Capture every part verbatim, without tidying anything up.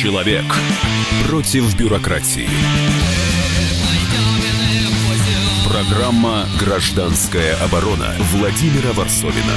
Человек против бюрократии. Программа «Гражданская оборона» Владимира Варсовина.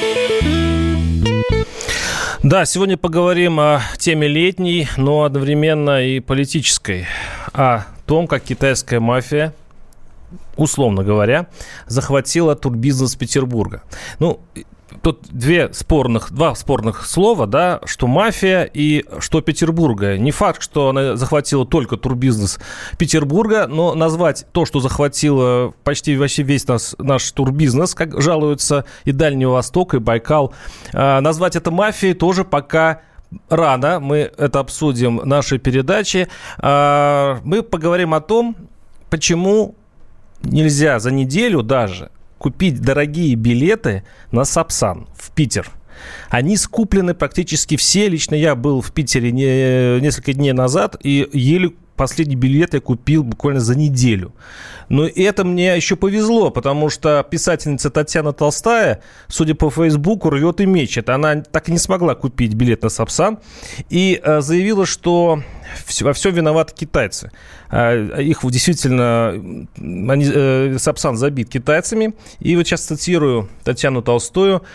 Да, сегодня поговорим о теме летней, но одновременно и политической. О том, как китайская мафия, условно говоря, захватила турбизнес Петербурга. Ну, тут две спорных, два спорных слова, да, что мафия и что Петербурга. Не факт, что она захватила только турбизнес Петербурга, но назвать то, что захватило почти вообще весь наш, наш турбизнес, как жалуются и Дальний Восток, и Байкал, э, назвать это мафией тоже пока рано. Мы это обсудим в нашей передаче. Э, мы поговорим о том, почему нельзя за неделю даже купить дорогие билеты на Сапсан в Питер. Они скуплены практически все. Лично я был в Питере не, несколько дней назад и еле последний билет я купил буквально за неделю. Но это мне еще повезло, потому что писательница Татьяна Толстая, судя по Фейсбуку, рвет и мечет. Она так и не смогла купить билет на Сапсан и э, заявила, что во всем виноваты китайцы. Э, их действительно, они, э, Сапсан забит китайцами. И вот сейчас цитирую Татьяну Толстую.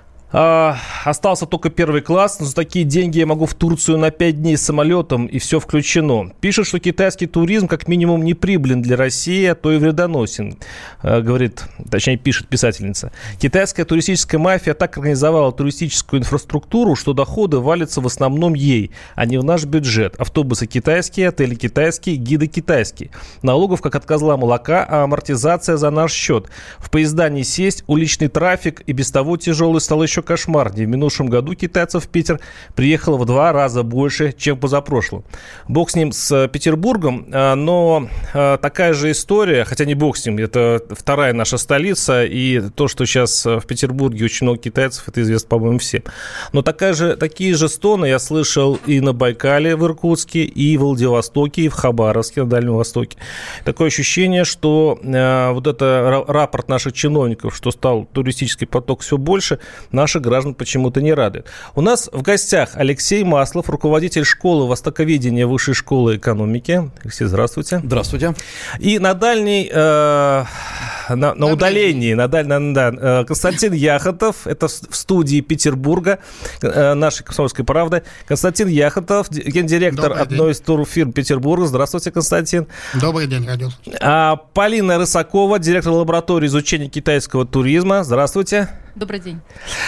А, остался только первый класс, но за такие деньги я могу в Турцию на пять дней самолетом, и все включено. Пишет, что китайский туризм как минимум не прибылен для России, а то и вредоносен, а, говорит, точнее пишет писательница. Китайская туристическая мафия так организовала туристическую инфраструктуру, что доходы валятся в основном ей, а не в наш бюджет. Автобусы китайские, отели китайские, гиды китайские. Налогов как от козла молока, а амортизация за наш счет. В поезда не сесть, уличный трафик и без того тяжелый стал еще кошмарнее. В минувшем году китайцев в Питер приехало в два раза больше, чем позапрошлым. Бог с ним, с Петербургом, но такая же история, хотя не бог с ним, это вторая наша столица, и то, что сейчас в Петербурге очень много китайцев, это известно, по-моему, всем. Но такая же, такие же стоны я слышал и на Байкале в Иркутске, и в Владивостоке, и в Хабаровске, на Дальнем Востоке. Такое ощущение, что э, вот это рапорт наших чиновников, что стал туристический поток все больше, наших граждан почему-то не радует. У нас в гостях Алексей Маслов, руководитель школы востоковедения Высшей школы экономики. Алексей, здравствуйте. Здравствуйте. И на дальней, э, на, на удалении, на даль, на, да, Константин Яхонтов, это в студии Петербурга, э, нашей «Комсомольской правды». Константин Яхонтов, гендиректор Добрый одной день. из турфирм Петербурга. Здравствуйте, Константин. Добрый день, радио. А Полина Рысакова, директор лаборатории изучения китайского туризма. Здравствуйте. Добрый день.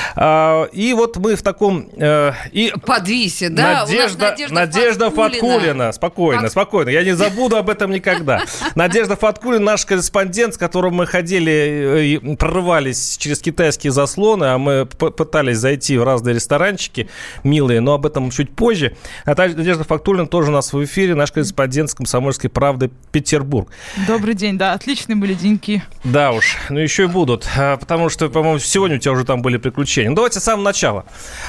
А, и вот мы в таком... Э, и Подвисе, да? Надежда, У нас Надежда, Надежда Фаткулина. Фаткулина. Спокойно, Фат... спокойно. Я не забуду об этом никогда. Надежда Фаткулина, наш корреспондент, с которым мы ходили, прорывались через китайские заслоны, а мы пытались зайти в разные ресторанчики милые, но об этом чуть позже. А Надежда Фаткулина тоже у нас в эфире, наш корреспондент с «Комсомольской правды» Петербург. Добрый день, да, отличные были деньки. Да уж, ну еще и будут, потому что, по-моему, сегодня у тебя уже там были приключения. Ну, давайте с самого начала.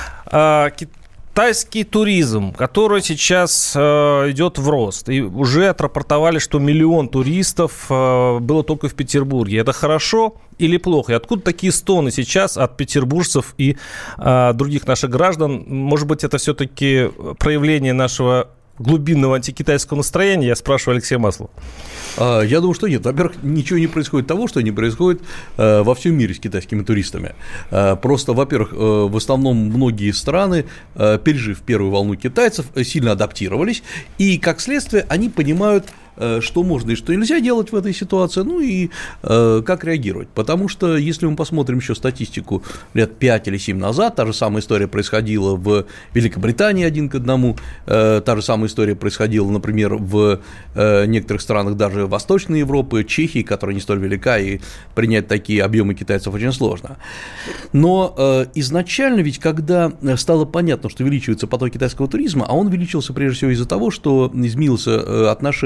Китайский туризм, который сейчас идет в рост. И уже отрапортовали, что миллион туристов было только в Петербурге. Это хорошо или плохо? И откуда такие стоны сейчас от петербуржцев и других наших граждан? Может быть, это все-таки проявление нашего глубинного антикитайского настроения? Я спрашиваю Алексея Маслова. Я думаю, что нет. Во-первых, ничего не происходит того, что не происходит э, во всем мире с китайскими туристами. Э, просто, во-первых, э, в основном многие страны, э, пережив первую волну китайцев, сильно адаптировались, и, как следствие, они понимают, что можно и что нельзя делать в этой ситуации, ну и э, как реагировать. Потому что, если мы посмотрим еще статистику лет пять или семь назад, та же самая история происходила в Великобритании один к одному, э, та же самая история происходила, например, в э, некоторых странах даже Восточной Европы, Чехии, которая не столь велика, и принять такие объемы китайцев очень сложно. Но э, изначально ведь, когда стало понятно, что увеличивается поток китайского туризма, а он увеличился прежде всего из-за того, что изменилось отношение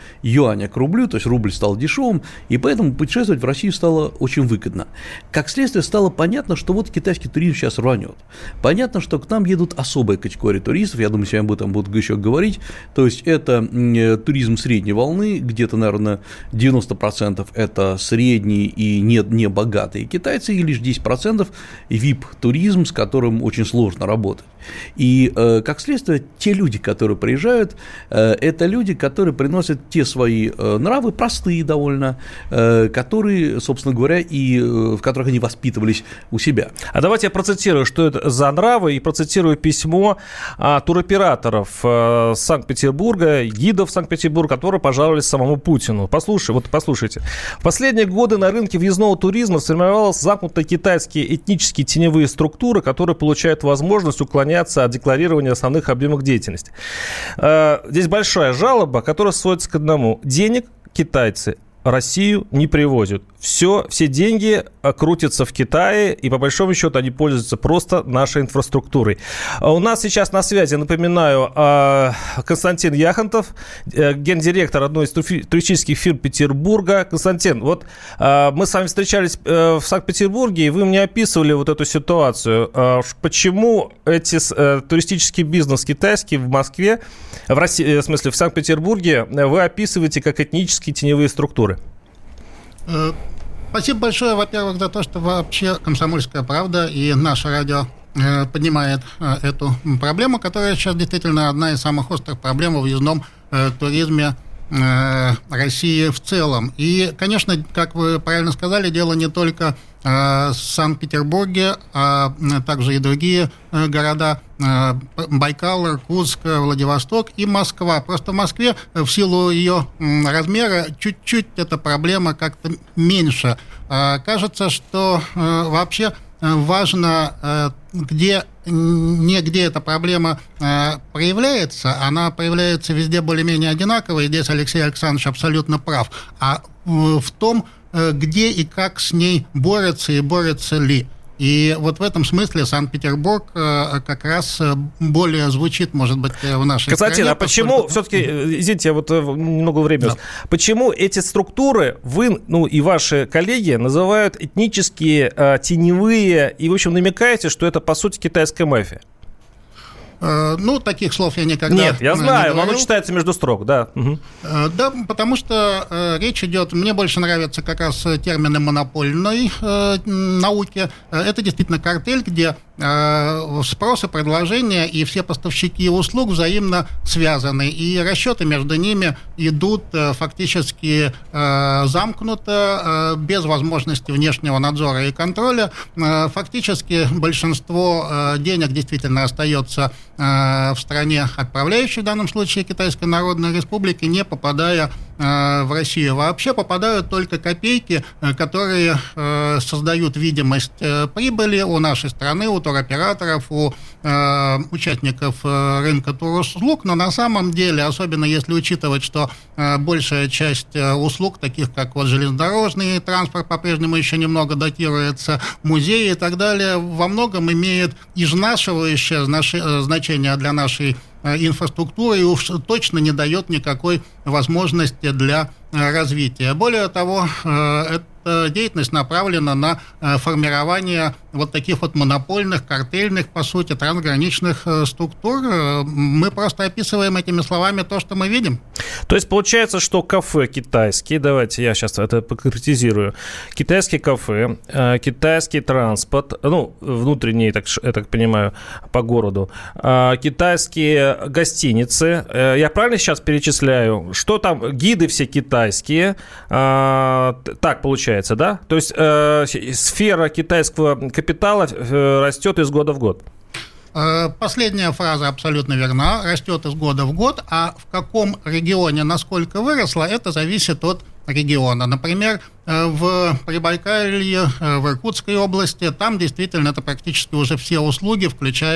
юаня к рублю, то есть рубль стал дешевым, и поэтому путешествовать в Россию стало очень выгодно. Как следствие, стало понятно, что вот китайский туризм сейчас рванет. Понятно, что к нам едут особая категория туристов, я думаю, сегодня об этом будут еще говорить, то есть это туризм средней волны, где-то, наверное, девяносто процентов это средние и не, не богатые китайцы, и лишь десять процентов ви ай пи-туризм, с которым очень сложно работать. И, э, как следствие, те люди, которые приезжают, э, это люди, которые приносят те свои э, нравы, простые довольно, э, которые, собственно говоря, и э, в которых они воспитывались у себя. А давайте я процитирую, что это за нравы, и процитирую письмо а, туроператоров а, Санкт-Петербурга, гидов Санкт-Петербурга, которые пожаловались самому Путину. Послушай, вот послушайте. В последние годы на рынке въездного туризма сформировались замкнутые китайские этнические теневые структуры, которые получают возможность уклоняться от декларирования основных объемов деятельности. А, здесь большая жалоба, которая сводится к одному. Денег китайцы Россию не привозят. Все, все деньги крутятся в Китае, и по большому счету они пользуются просто нашей инфраструктурой. У нас сейчас на связи, напоминаю, Константин Яхонтов, гендиректор одной из туристических фирм Петербурга. Константин, вот мы с вами встречались в Санкт-Петербурге, и вы мне описывали вот эту ситуацию. Почему эти туристический бизнес китайский в Москве, в России, в смысле в Санкт-Петербурге, вы описываете как этнические теневые структуры? Спасибо большое, во-первых, за то, что вообще «Комсомольская правда» и наше радио э, поднимает э, эту проблему, которая сейчас действительно одна из самых острых проблем в въездном э, туризме э, России в целом. И, конечно, как вы правильно сказали, дело не только э, в Санкт-Петербурге, а также и другие э, города, э, Байкал, Иркутск, Владивосток и Москва. Просто в Москве в силу ее э, размера чуть-чуть эта проблема как-то меньше. Э, кажется, что э, вообще важно, э, где, не где эта проблема э, проявляется, она проявляется везде более-менее одинаково, и здесь Алексей Александрович абсолютно прав, а э, в том, э, где и как с ней борются и борются ли. И вот в этом смысле Санкт-Петербург э, как раз более звучит, может быть, в нашей Константин, стране. а почему, поскольку... все-таки, извините, я вот много времени, да. Почему эти структуры вы, ну, и ваши коллеги называют этнические, э, теневые, и, в общем, намекаете, что это, по сути, китайская мафия? Ну, таких слов я никогда не Нет, я знаю, но оно читается между строк, да. Угу. Да, потому что э, речь идет, мне больше нравятся как раз термины монопольной э, науки. Это действительно картель, где э, спрос и предложение, и все поставщики услуг взаимно связаны, и расчеты между ними идут э, фактически э, замкнуто, э, без возможности внешнего надзора и контроля. Э, фактически большинство э, денег действительно остается в стране, отправляющей в данном случае Китайской Народной Республики, не попадая э, в Россию. Вообще попадают только копейки, э, которые э, создают видимость э, прибыли у нашей страны, у туроператоров, у э, участников э, рынка туруслуг, но на самом деле, особенно если учитывать, что э, большая часть э, услуг, таких как вот железнодорожный транспорт, по-прежнему еще немного датируется, музеи и так далее, во многом имеет изнашивающее значение для нашей инфраструктуры и уж точно не дает никакой возможности для развития. Более того, эта деятельность направлена на формирование вот таких вот монопольных, картельных, по сути, трансграничных структур. Мы просто описываем этими словами то, что мы видим. То есть получается, что кафе китайские, давайте я сейчас это покритизирую, китайские кафе, китайский транспорт, ну, внутренний, так, я так понимаю, по городу, китайские гостиницы, я правильно сейчас перечисляю, что там, гиды все китайские, так получается, да? То есть сфера китайского капитала растет из года в год. Последняя фраза абсолютно верна, растет из года в год, а в каком регионе насколько выросла, это зависит от региона. Например, в Прибайкалье, в Иркутской области, там действительно это практически уже все услуги, включая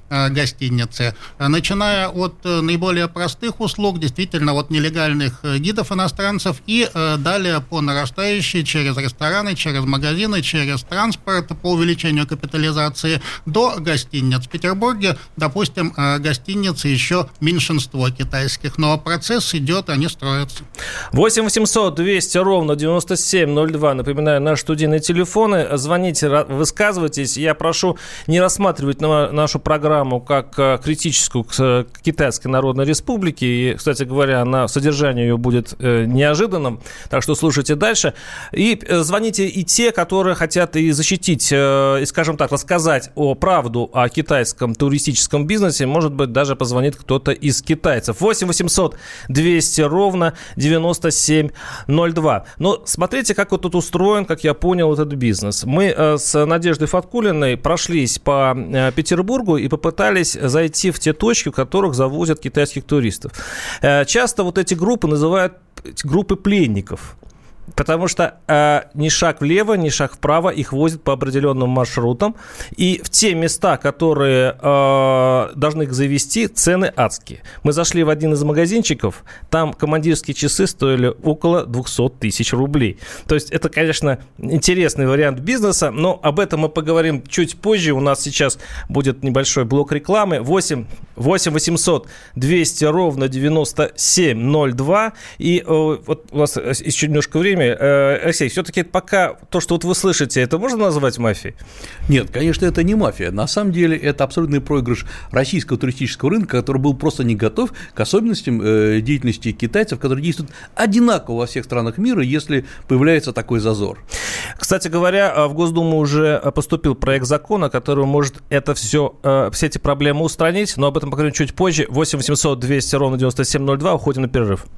гостиницы, начиная от наиболее простых услуг, действительно, от нелегальных гидов иностранцев и далее по нарастающей через рестораны, через магазины, через транспорт по увеличению капитализации до гостиниц. В Петербурге, допустим, гостиницы еще меньшинство китайских, но процесс идет, они строятся. восемь восемьсот двести ровно девяносто семь ноль два. Напоминаю, наши студийные телефоны. Звоните, высказывайтесь. Я прошу не рассматривать нашу программу как критическую к Китайской Народной Республике. И, кстати говоря, на содержание ее будет неожиданным. Так что слушайте дальше. И звоните и те, которые хотят и защитить, и, скажем так, рассказать о правду о китайском туристическом бизнесе. Может быть, даже позвонит кто-то из китайцев. восемь восемьсот двести ровно девяносто семь ноль два. Но смотрите, как вот тут устроен, как я понял, этот бизнес. Мы с Надеждой Фаткуллиной прошлись по Петербургу и попытались зайти в те точки, в которых завозят китайских туристов. Часто вот эти группы называют группы пленников. Потому что э, ни шаг влево, ни шаг вправо, их возят по определенным маршрутам. И в те места, которые э, должны их завести, цены адские. Мы зашли в один из магазинчиков, там командирские часы стоили около двести тысяч рублей. То есть это, конечно, интересный вариант бизнеса, но об этом мы поговорим чуть позже. У нас сейчас будет небольшой блок рекламы. восемь восемьсот двести ровно девяносто семь ноль два. И э, вот у нас еще немножко времени. Алексей, все-таки пока то, что вот вы слышите, это можно назвать мафией? Нет, конечно, это не мафия. На самом деле это абсолютный проигрыш российского туристического рынка, который был просто не готов к особенностям деятельности китайцев, которые действуют одинаково во всех странах мира, если появляется такой зазор. Кстати говоря, в Госдуму уже поступил проект закона, который может это все, все эти проблемы устранить, но об этом поговорим чуть позже. восемь восемьсот двести ровно девяносто семь ноль два. Уходим на перерыв.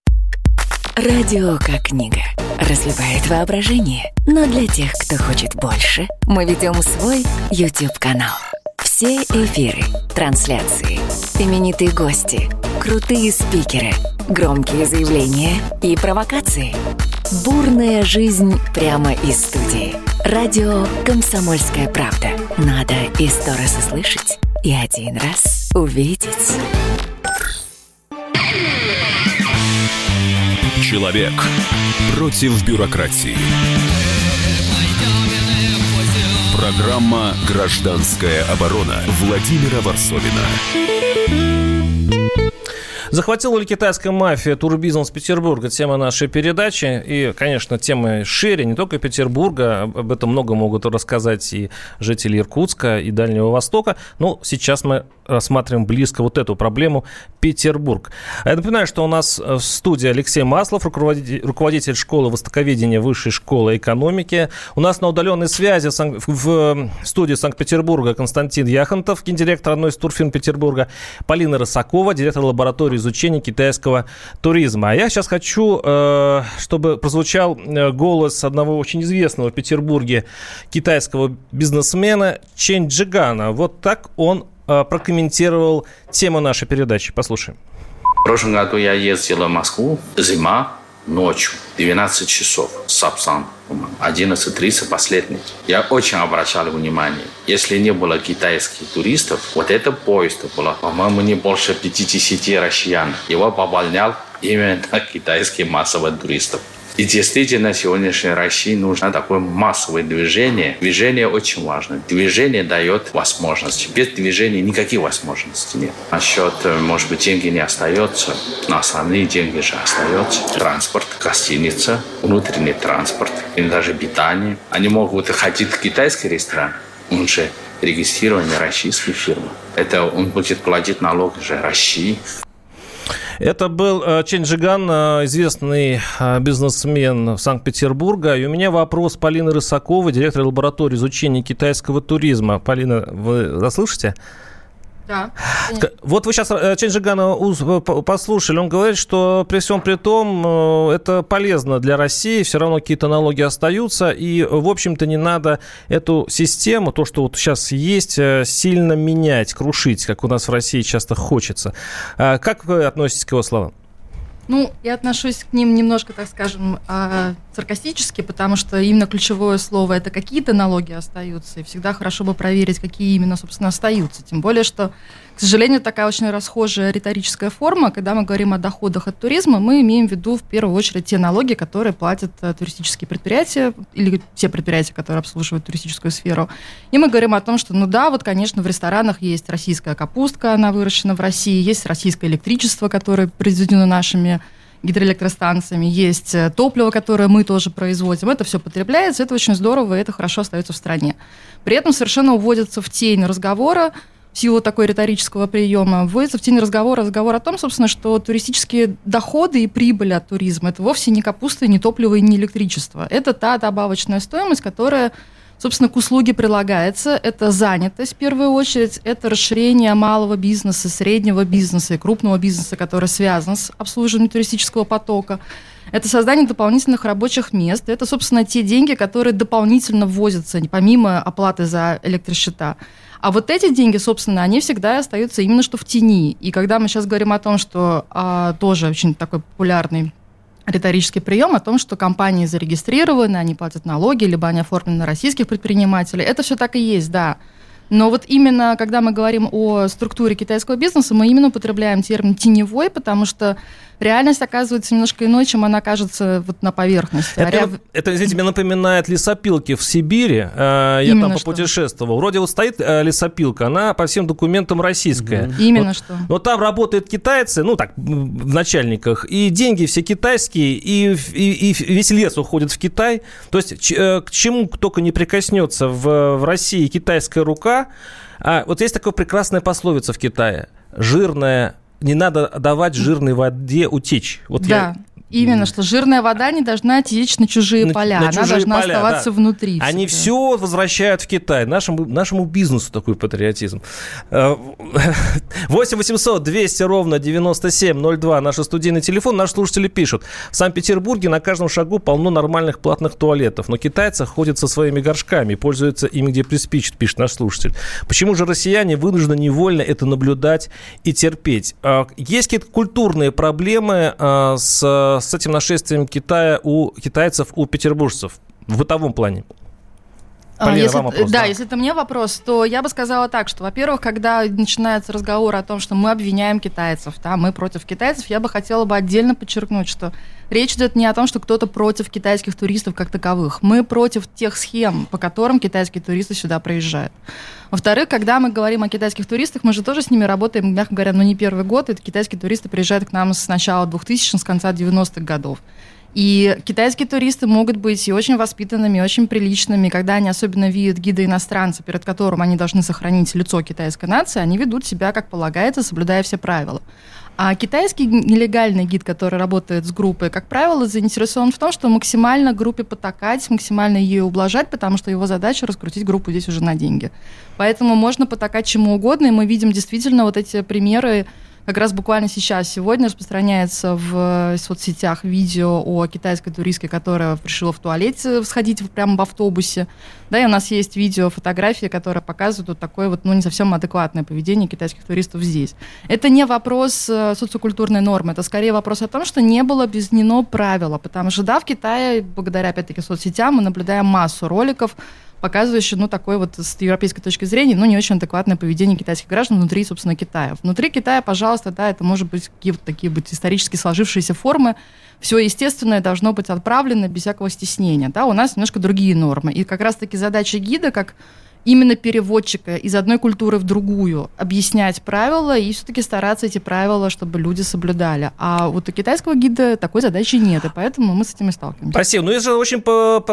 Радио как книга. Разливает воображение. Но для тех, кто хочет больше, мы ведем свой YouTube-канал. Все эфиры, трансляции, именитые гости, крутые спикеры, громкие заявления и провокации. Бурная жизнь прямо из студии. Радио «Комсомольская правда». Надо и сто раз услышать, и один раз увидеть. Человек против бюрократии. Программа «Гражданская оборона» Владимира Варсовина. Захватила ли китайская мафия турбизнес Петербурга? Тема нашей передачи. И, конечно, тема шире, не только Петербурга. Об этом много могут рассказать и жители Иркутска, и Дальнего Востока. Но сейчас мы рассматриваем близко вот эту проблему — Петербург. Я напоминаю, что у нас в студии Алексей Маслов, руководитель, руководитель школы востоковедения Высшей школы экономики. У нас на удаленной связи в, в студии Санкт-Петербурга Константин Яхонтов, гендиректор одной из турфирм Петербурга, Полина Рысакова, директор лаборатории изучения китайского туризма. А я сейчас хочу, чтобы прозвучал голос одного очень известного в Петербурге китайского бизнесмена Чэнь Джигана. Вот так он прокомментировал тему нашей передачи. Послушаем. В прошлом году я ездил в Москву, зима, ночью, двенадцать часов, Сапсан, одиннадцать тридцать последний. Я очень обращал внимание, если не было китайских туристов, вот это поезд было, по-моему, не больше пятьдесят россиян. Его пополнял именно китайских массовых туристов. И действительно, сегодняшней России нужно такое массовое движение. Движение очень важно. Движение дает возможности. Без движения никаких возможностей нет. Насчет, может быть, деньги не остается, но основные деньги же остаются. Транспорт, гостиница, внутренний транспорт, или даже питание. Они могут ходить в китайский ресторан, он же регистрирован российской фирмы. Это он будет платить налог же России. Это был Чэнь Джиган, известный бизнесмен Санкт-Петербурга. И у меня вопрос Полины Рысаковой, директор лаборатории изучения китайского туризма. Полина, вы заслышите? Да. Вот вы сейчас Чэнь Джигана послушали. Он говорит, что при всем при том это полезно для России. Все равно какие-то налоги остаются. И, в общем-то, не надо эту систему, то, что вот сейчас есть, сильно менять, крушить, как у нас в России часто хочется. Как вы относитесь к его словам? Ну, я отношусь к ним немножко, так скажем, саркастически, потому что именно ключевое слово – это какие-то налоги остаются, и всегда хорошо бы проверить, какие именно, собственно, остаются. Тем более, что, к сожалению, такая очень расхожая риторическая форма, когда мы говорим о доходах от туризма, мы имеем в виду в первую очередь те налоги, которые платят туристические предприятия или те предприятия, которые обслуживают туристическую сферу. И мы говорим о том, что, ну да, вот, конечно, в ресторанах есть российская капустка, она выращена в России, есть российское электричество, которое произведено нашими гидроэлектростанциями, есть топливо, которое мы тоже производим. Это все потребляется, это очень здорово, и это хорошо остается в стране. При этом совершенно уводится в тень разговора, в силу такой риторического приема, вводится в тень разговора, разговор о том, собственно, что туристические доходы и прибыль от туризма – это вовсе не капуста, не топливо и не электричество. Это та добавочная стоимость, которая, собственно, к услуге прилагается. Это занятость, в первую очередь, это расширение малого бизнеса, среднего бизнеса и крупного бизнеса, который связан с обслуживанием туристического потока. Это создание дополнительных рабочих мест. Это, собственно, те деньги, которые дополнительно ввозятся, помимо оплаты за электросчета. А вот эти деньги, собственно, они всегда остаются именно что в тени. И когда мы сейчас говорим о том, что а, тоже очень такой популярный риторический прием о том, что компании зарегистрированы, они платят налоги, либо они оформлены на российских предпринимателей. Это все так и есть, да. Но вот именно, когда мы говорим о структуре китайского бизнеса, мы именно употребляем термин «теневой», потому что реальность оказывается немножко иной, чем она кажется вот на поверхности. Это, а ря... это, извините, мне напоминает лесопилки в Сибири. Я именно там попутешествовал. Вроде вот стоит лесопилка, она по всем документам российская. Mm-hmm. Именно вот, что. Вот там работают китайцы, ну так, в начальниках, и деньги все китайские, и, и, и весь лес уходит в Китай. То есть к чему только не прикоснется в, в России китайская рука. А вот есть такая прекрасная пословица в Китае. Жирная не надо давать жирной воде утечь. Вот да, я... именно, что жирная вода не должна течь на чужие на, поля, на она чужие должна поля, оставаться да. внутри. Они все возвращают в Китай, нашему, нашему бизнесу такой патриотизм. восемь восемьсот двести ровно девяносто семь ноль два наш студийный телефон. Наши слушатели пишут: в Санкт-Петербурге на каждом шагу полно нормальных платных туалетов, но китайцы ходят со своими горшками и пользуются ими где приспичит, пишет наш слушатель. Почему же россияне вынуждены невольно это наблюдать и терпеть? Есть какие-то культурные проблемы с, с этим нашествием Китая у китайцев, у петербуржцев в бытовом плане? Полина, если, вам вопрос, да, да, если это мне вопрос, то я бы сказала так, что, во-первых, когда начинается разговор о том, что мы обвиняем китайцев, да, мы против китайцев, я бы хотела бы отдельно подчеркнуть, что речь идет не о том, что кто-то против китайских туристов как таковых. Мы против тех схем, по которым китайские туристы сюда приезжают. Во-вторых, когда мы говорим о китайских туристах, мы же тоже с ними работаем, мягко говоря, ну не первый год, и китайские туристы приезжают к нам с начала двухтысячных, с конца девяностых годов. И китайские туристы могут быть и очень воспитанными, и очень приличными. Когда они особенно видят гида-иностранца, перед которым они должны сохранить лицо китайской нации, они ведут себя, как полагается, соблюдая все правила. А китайский нелегальный гид, который работает с группой, как правило, заинтересован в том, что максимально группе потакать, максимально ее ублажать, потому что его задача раскрутить группу здесь уже на деньги. Поэтому можно потакать чему угодно, и мы видим действительно вот эти примеры. Как раз буквально сейчас, сегодня распространяется в соцсетях видео о китайской туристке, которая решила в туалет сходить прямо в автобусе. Да, и у нас есть видео, фотографии, которые показывают вот такое вот, ну, не совсем адекватное поведение китайских туристов здесь. Это не вопрос социокультурной нормы, это скорее вопрос о том, что не было объяснено правила, потому что, да, в Китае, благодаря, опять-таки, соцсетям, мы наблюдаем массу роликов, показывающий, ну, такое вот с европейской точки зрения, ну, не очень адекватное поведение китайских граждан внутри, собственно, Китая. Внутри Китая, пожалуйста, да, это может быть какие-то такие быть исторически сложившиеся формы, все естественное должно быть отправлено без всякого стеснения, да, у нас немножко другие нормы, и как раз-таки задача гида, как именно переводчика из одной культуры в другую, объяснять правила и все-таки стараться эти правила, чтобы люди соблюдали. А вот у китайского гида такой задачи нет, и поэтому мы с этим и сталкиваемся. Спасибо. Ну, это же очень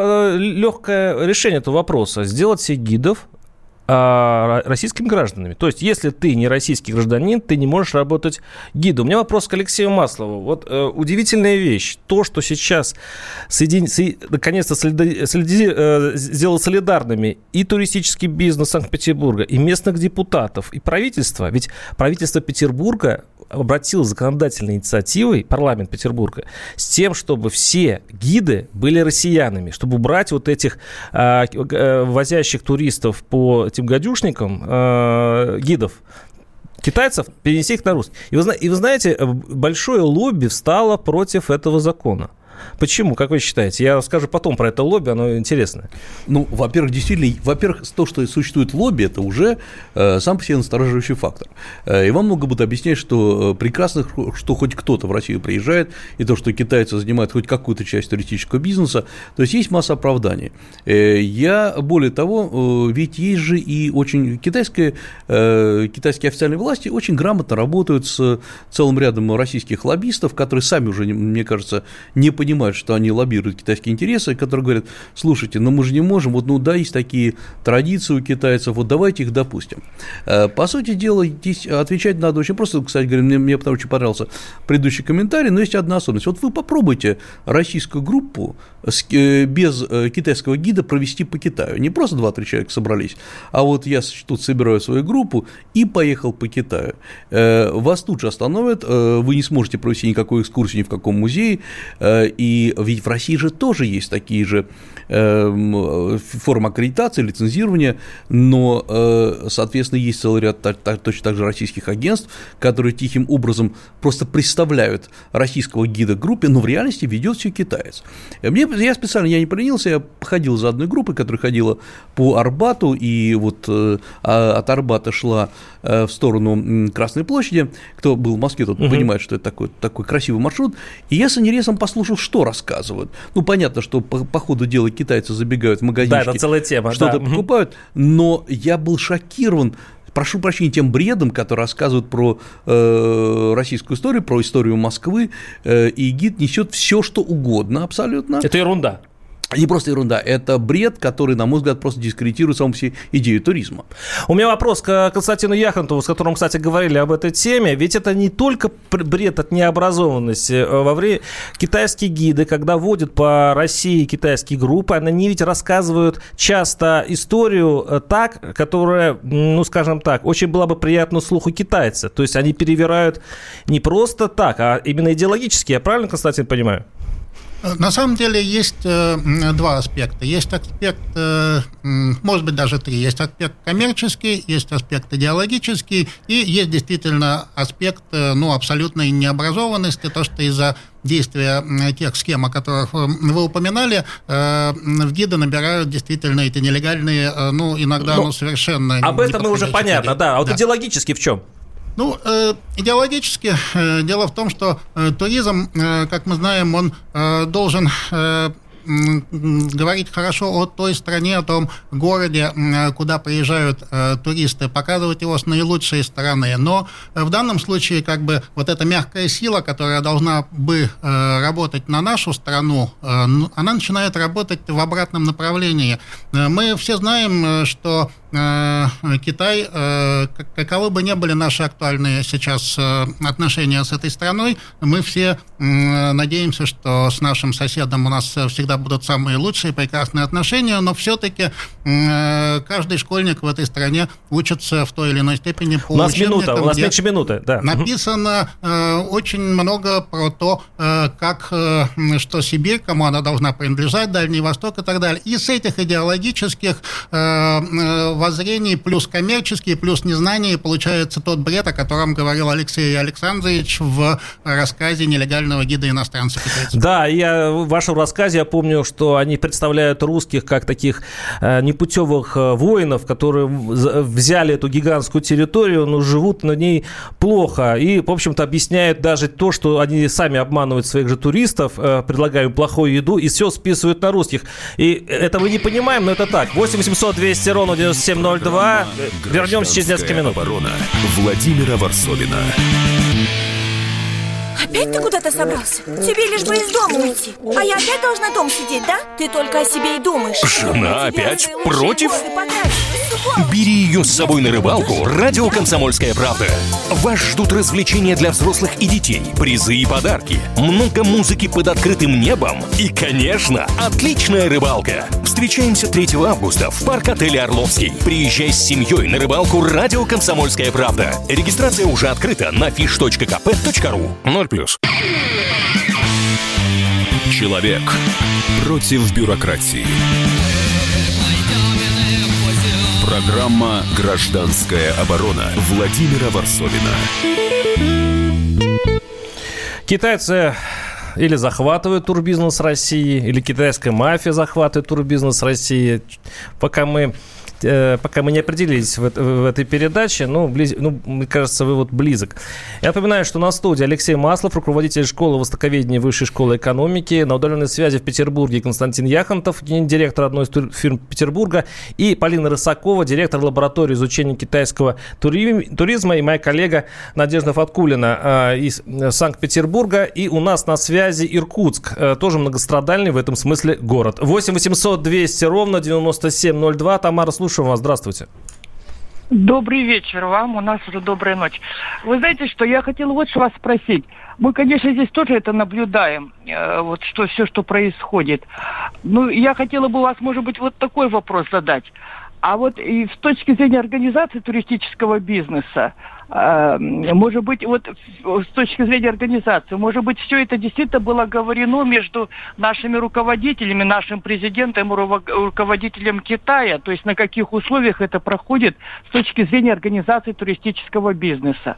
легкое решение этого вопроса. Сделать всех гидов российскими гражданами. То есть, если ты не российский гражданин, ты не можешь работать гидом. У меня вопрос к Алексею Маслову. Вот э, удивительная вещь. То, что сейчас соедин... со... наконец-то солида... солиди... э, сделал солидарными и туристический бизнес Санкт-Петербурга, и местных депутатов, и правительство. Ведь правительство Петербурга обратилось законодательной инициативой, парламент Петербурга, с тем, чтобы все гиды были россиянами, чтобы убрать вот этих э, э, возящих туристов по этим гадюшникам, э, гидов, китайцев, перенести их на русский. И вы, и вы знаете, большое лобби встало против этого закона. Почему? Как вы считаете? Я расскажу потом про это лобби, оно интересное. Ну, во-первых, действительно, во-первых, то, что существует лобби, это уже э, сам по себе настораживающий фактор. Э, и вам много будут объяснять, что прекрасно, что хоть кто-то в Россию приезжает, и то, что китайцы занимают хоть какую-то часть туристического бизнеса, то есть есть масса оправданий. Э, я, более того, э, ведь есть же и очень китайские, э, китайские официальные власти очень грамотно работают с целым рядом российских лоббистов, которые сами уже, мне кажется, не понимают, что они лоббируют китайские интересы, которые говорят: слушайте, ну мы же не можем, вот ну да, есть такие традиции у китайцев, вот давайте их допустим. По сути дела, здесь отвечать надо очень просто. Кстати говоря, мне, мне потому очень понравился предыдущий комментарий, но есть одна особенность. Вот вы попробуйте российскую группу без китайского гида провести по Китаю. Не просто два-три человека собрались, а вот я тут собираю свою группу и поехал по Китаю. Вас тут же остановят, вы не сможете провести никакой экскурсии ни в каком музее, и ведь в России же тоже есть такие же формы аккредитации, лицензирования, но, соответственно, есть целый ряд точно так же российских агентств, которые тихим образом просто представляют российского гида группе, но в реальности ведет все китаец. Мне, я специально, я не поленился, я ходил за одной группой, которая ходила по Арбату, и вот от Арбата шла в сторону Красной площади. Кто был в Москве, тот угу. понимает, что это такой, такой красивый маршрут. И я с интересом послушал, что рассказывают. Ну, понятно, что по, по ходу дела китайцы забегают в магазинчики, да, это целая тема, что-то да. покупают, но я был шокирован, прошу прощения, тем бредом, который рассказывают про э, российскую историю, про историю Москвы, э, и гид несет все, что угодно абсолютно. Это ерунда. Не просто ерунда, это бред, который, на мой взгляд, просто дискредитирует саму всю идею туризма. У меня вопрос к Константину Яхонтову, с которым, кстати, говорили об этой теме. Ведь это не только бред от необразованности. Во время китайские гиды, когда водят по России китайские группы, они ведь рассказывают часто историю так, которая, ну, скажем так, очень была бы приятна слуху китайца. То есть они перевирают не просто так, а именно идеологически. Я правильно, Константин, понимаю? На самом деле есть э, два аспекта. Есть аспект, э, может быть, даже три. Есть аспект коммерческий, есть аспект идеологический, и есть действительно аспект э, ну, абсолютной необразованности, то, что из-за действия тех схем, о которых вы упоминали, э, в гиды набирают действительно эти нелегальные, э, ну, иногда ну, ну, совершенно... Об этом мы уже понятно, да. А вот да. идеологически в чем? Ну, э, идеологически э, дело в том, что э, туризм, э, как мы знаем, он э, должен э, э, говорить хорошо о той стране, о том городе, э, куда приезжают э, туристы, показывать его с наилучшей стороны. Но э, в данном случае как бы вот эта мягкая сила, которая должна бы э, работать на нашу страну, э, она начинает работать в обратном направлении. Э, мы все знаем, что Китай, каковы бы ни были наши актуальные сейчас отношения с этой страной, мы все надеемся, что с нашим соседом у нас всегда будут самые лучшие, прекрасные отношения, но все-таки каждый школьник в этой стране учится в той или иной степени по учебникам. У нас учебникам, минута, у нас меньше минуты, да. Написано очень много про то, как, что Сибирь, кому она должна принадлежать, Дальний Восток и так далее. И с этих идеологических воззрений, плюс коммерческие, плюс незнание, получается тот бред, о котором говорил Алексей Александрович в рассказе «Нелегального гида иностранцев». Да, я в вашем рассказе, я помню, что они представляют русских как таких э, непутевых э, воинов, которые взяли эту гигантскую территорию, но живут на ней плохо. И, в общем-то, объясняют даже то, что они сами обманывают своих же туристов, э, предлагают плохую еду и все списывают на русских. И это мы не понимаем, но это так. восемь восемьсот двести ровно девяносто семь ноль два. Вернемся через несколько минут. Оборона Владимира Варсовина. Опять ты куда-то собрался? Тебе лишь бы из дома уйти. А я опять должна дома сидеть, да? Ты только о себе и думаешь. Жена опять против? Бери ее с собой на рыбалку. Радио «Комсомольская правда». Вас ждут развлечения для взрослых и детей, призы и подарки, много музыки под открытым небом и, конечно, отличная рыбалка. Встречаемся третьего августа в парк-отеле «Орловский». Приезжай с семьей на рыбалку «Радио «Комсомольская правда». Регистрация уже открыта на фиш точка ка пэ точка ру. ноль плюс. Человек против бюрократии. Программа «Гражданская оборона» Владимира Варсовина. Китайцы или захватывает турбизнес России, или китайская мафия захватывает турбизнес России. Пока мы... Пока мы не определились в, в этой передаче, ну, близ, ну, мне кажется, вывод близок. Я напоминаю, что на студии Алексей Маслов, руководитель школы востоковедения Высшей школы экономики, на удаленной связи в Петербурге Константин Яхонтов, директор одной из фирм Петербурга, и Полина Рысакова, директор лаборатории изучения китайского туризма, и моя коллега Надежда Фаткулина из Санкт-Петербурга. И у нас на связи Иркутск, тоже многострадальный в этом смысле город. восемь восемьсот двести ровно девяносто семь ноль два. Тамара, слушаем вас. Здравствуйте. Добрый вечер вам. У нас уже добрая ночь. Вы знаете, что я хотела вот что вас спросить. Мы, конечно, здесь тоже это наблюдаем, э, вот что все, что происходит. Ну, я хотела бы у вас, может быть, вот такой вопрос задать. А вот и с точки зрения организации туристического бизнеса, э, может быть, вот с точки зрения организации, может быть, все это действительно было оговорено между нашими руководителями, нашим президентом и руководителем Китая, то есть на каких условиях это проходит с точки зрения организации туристического бизнеса.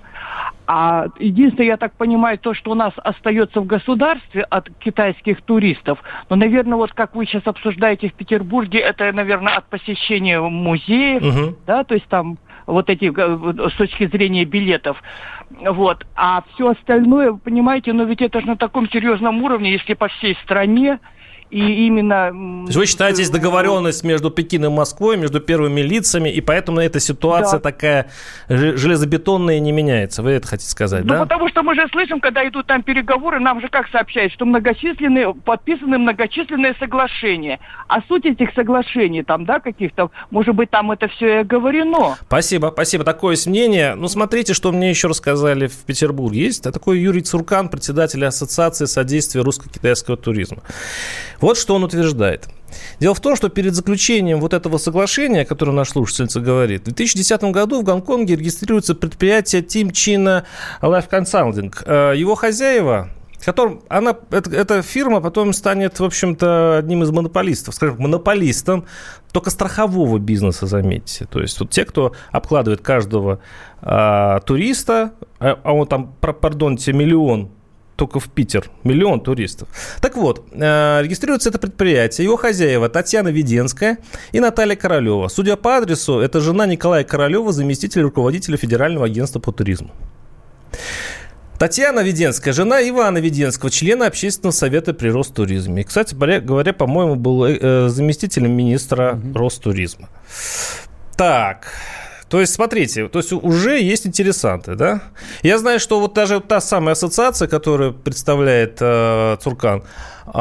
А единственное, я так понимаю, то, что у нас остается в государстве от китайских туристов, но, наверное, вот как вы сейчас обсуждаете в Петербурге, это, наверное, от посещения музеев, угу. да, то есть там вот эти, с точки зрения билетов, вот. А все остальное, понимаете, ну ведь это же на таком серьезном уровне, если по всей стране. И именно... То есть вы считаете, есть договоренность между Пекином и Москвой, между первыми лицами, и поэтому эта ситуация да. такая железобетонная не меняется. Вы это хотите сказать, ну, да? Ну, потому что мы же слышим, когда идут там переговоры, нам же как сообщают, что многочисленные, подписаны многочисленные соглашения. А суть этих соглашений там, да, каких-то, может быть, там это все и оговорено. Спасибо, спасибо. Такое есть мнение. Ну, смотрите, что мне еще рассказали в Петербурге. Есть такой Юрий Цуркан, председатель Ассоциации содействия русско-китайского туризма. Вот что он утверждает. Дело в том, что перед заключением вот этого соглашения, о котором наш слушательница говорит, в две тысячи десятом году в Гонконге регистрируется предприятие Team China Life Consulting. Его хозяева, которым она, это, эта фирма потом станет, в общем-то, одним из монополистов, скажем, монополистом только страхового бизнеса, заметьте. То есть вот те, кто обкладывает каждого а, туриста, а, а он там, пардоньте, миллион только в Питер. Миллион туристов. Так вот, регистрируется это предприятие. Его хозяева Татьяна Веденская и Наталья Королева. Судя по адресу, это жена Николая Королева, заместитель руководителя Федерального агентства по туризму. Татьяна Веденская, жена Ивана Веденского, члена Общественного совета при Ростуризме. И, кстати говоря, по-моему, был заместителем министра угу. Ростуризма. Так... То есть, смотрите, то есть уже есть интересанты, да? Я знаю, что вот даже та самая ассоциация, которую представляет э, Цуркан, э,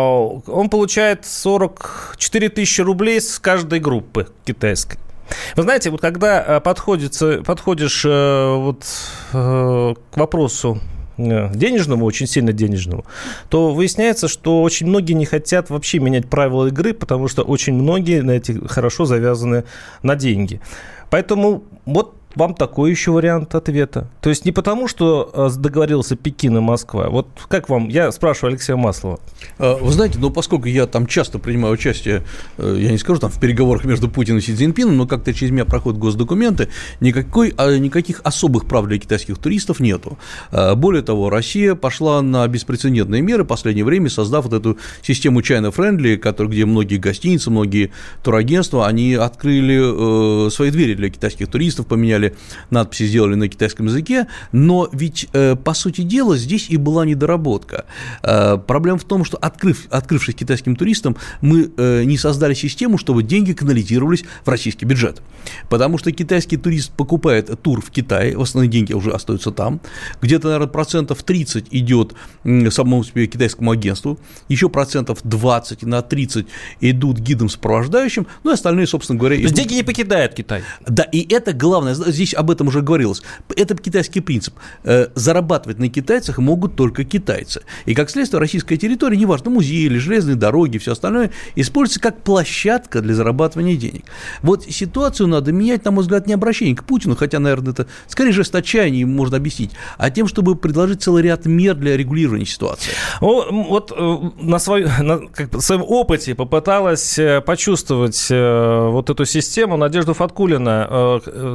он получает сорок четыре тысячи рублей с каждой группы китайской. Вы знаете, вот когда подходится, подходишь э, вот, э, к вопросу денежному, очень сильно денежному, то выясняется, что очень многие не хотят вообще менять правила игры, потому что очень многие на эти хорошо завязаны на деньги. Поэтому вот вам такой еще вариант ответа. То есть не потому, что договорился Пекин и Москва. Вот как вам? Я спрашиваю Алексея Маслова. Вы знаете, ну, поскольку я там часто принимаю участие, я не скажу, там, в переговорах между Путиным и Си Цзиньпином, но как-то через меня проходят госдокументы, никакой, никаких особых прав для китайских туристов нету. Более того, Россия пошла на беспрецедентные меры в последнее время, создав вот эту систему China Friendly, который, где многие гостиницы, многие турагентства, они открыли свои двери для китайских туристов, поменяли надписи, сделали на китайском языке, но ведь, э, по сути дела, здесь и была недоработка. Э, проблема в том, что, открыв, открывшись китайским туристам, мы э, не создали систему, чтобы деньги канализировались в российский бюджет. Потому что китайский турист покупает тур в Китае, в основном деньги уже остаются там, где-то, наверное, процентов тридцать идет самому себе китайскому агентству, еще процентов двадцать на тридцать идут гидом сопровождающим, ну и остальные, собственно говоря... То есть деньги не покидают Китай. Да, и это главное, здесь об этом уже говорилось, это китайский принцип. Зарабатывать на китайцах могут только китайцы. И, как следствие, российская территория, неважно, музеи или железные дороги, все остальное, используется как площадка для зарабатывания денег. Вот ситуацию надо менять, на мой взгляд, не обращение к Путину, хотя, наверное, это скорее жест отчаяния можно объяснить, а тем, чтобы предложить целый ряд мер для регулирования ситуации. Вот на, свой, на как, своем опыте попыталась почувствовать вот эту систему Надежда Фаткулина, наш корреспондент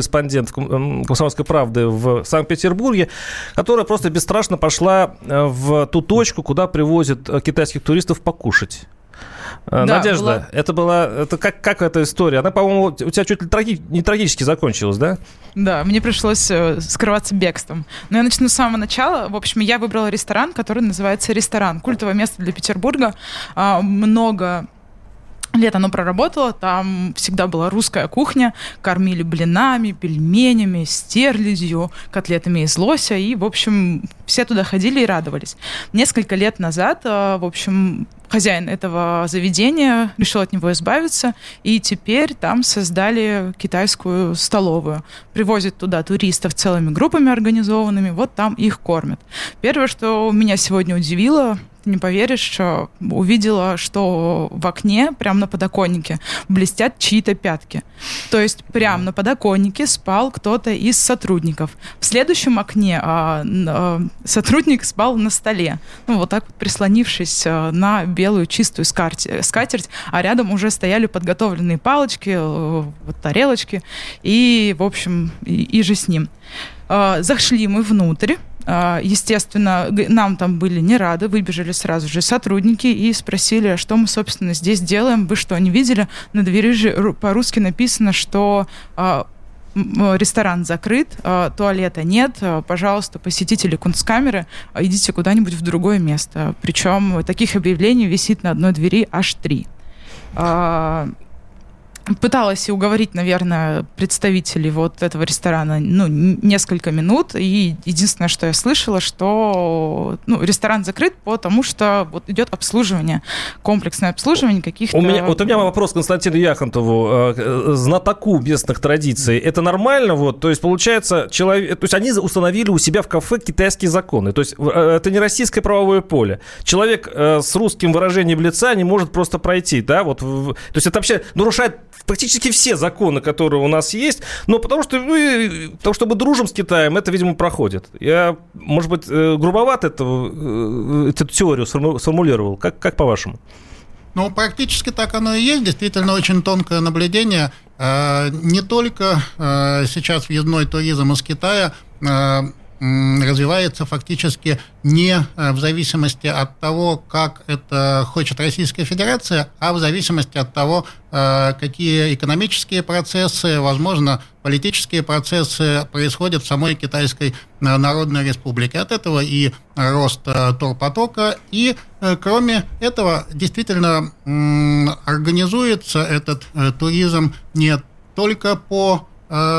корреспондент «Комсомольской правды» в Санкт-Петербурге, которая просто бесстрашно пошла в ту точку, куда привозят китайских туристов покушать. Да, Надежда, была... это была, это как, как эта история? Она, по-моему, у тебя чуть ли траги... не трагически закончилась, да? Да, мне пришлось скрываться бегством. Но я начну с самого начала. В общем, я выбрала ресторан, который называется «Ресторан». Культовое место для Петербурга. Много лет оно проработало, там всегда была русская кухня, кормили блинами, пельменями, стерлядью, котлетами из лося, и, в общем, все туда ходили и радовались. Несколько лет назад, в общем, хозяин этого заведения решил от него избавиться, и теперь там создали китайскую столовую. Привозят туда туристов целыми группами организованными, вот там их кормят. Первое, что меня сегодня удивило, ты не поверишь, увидела, что в окне, прямо на подоконнике, блестят чьи-то пятки. То есть прямо на подоконнике спал кто-то из сотрудников. В следующем окне а, а, сотрудник спал на столе, ну, вот так вот прислонившись а, на белую чистую скатерть, а рядом уже стояли подготовленные палочки, вот, тарелочки, и, в общем, и, и же с ним. А, зашли мы внутрь. Естественно, нам там были не рады, выбежали сразу же сотрудники и спросили, что мы, собственно, здесь делаем. Вы что, не видели? На двери же по-русски написано, что ресторан закрыт, туалета нет, пожалуйста, посетители Кунсткамеры, идите куда-нибудь в другое место. Причем таких объявлений висит на одной двери аж три. Пыталась уговорить, наверное, представителей вот этого ресторана, ну, несколько минут, и единственное, что я слышала, что, ну, ресторан закрыт, потому что вот идет обслуживание, комплексное обслуживание каких-то... У меня, вот у меня вопрос к Константину Яхонтову, э, знатоку местных традиций. Это нормально? Вот, то есть, получается, человек, то есть они установили у себя в кафе китайские законы. То есть э, это не российское правовое поле. Человек э, с русским выражением лица не может просто пройти, да? Вот, в, то есть это вообще нарушает практически все законы, которые у нас есть, но потому что мы, потому что мы дружим с Китаем, это, видимо, проходит. Я, может быть, грубовато эту, эту теорию сформулировал. Как, как по-вашему? Ну, практически так оно и есть. Действительно, очень тонкое наблюдение. Не только сейчас въездной туризм из Китая развивается фактически не в зависимости от того, как это хочет Российская Федерация, а в зависимости от того, какие экономические процессы, возможно, политические процессы происходят в самой Китайской Народной Республике. От этого и рост турпотока, и, кроме этого, действительно организуется этот туризм не только по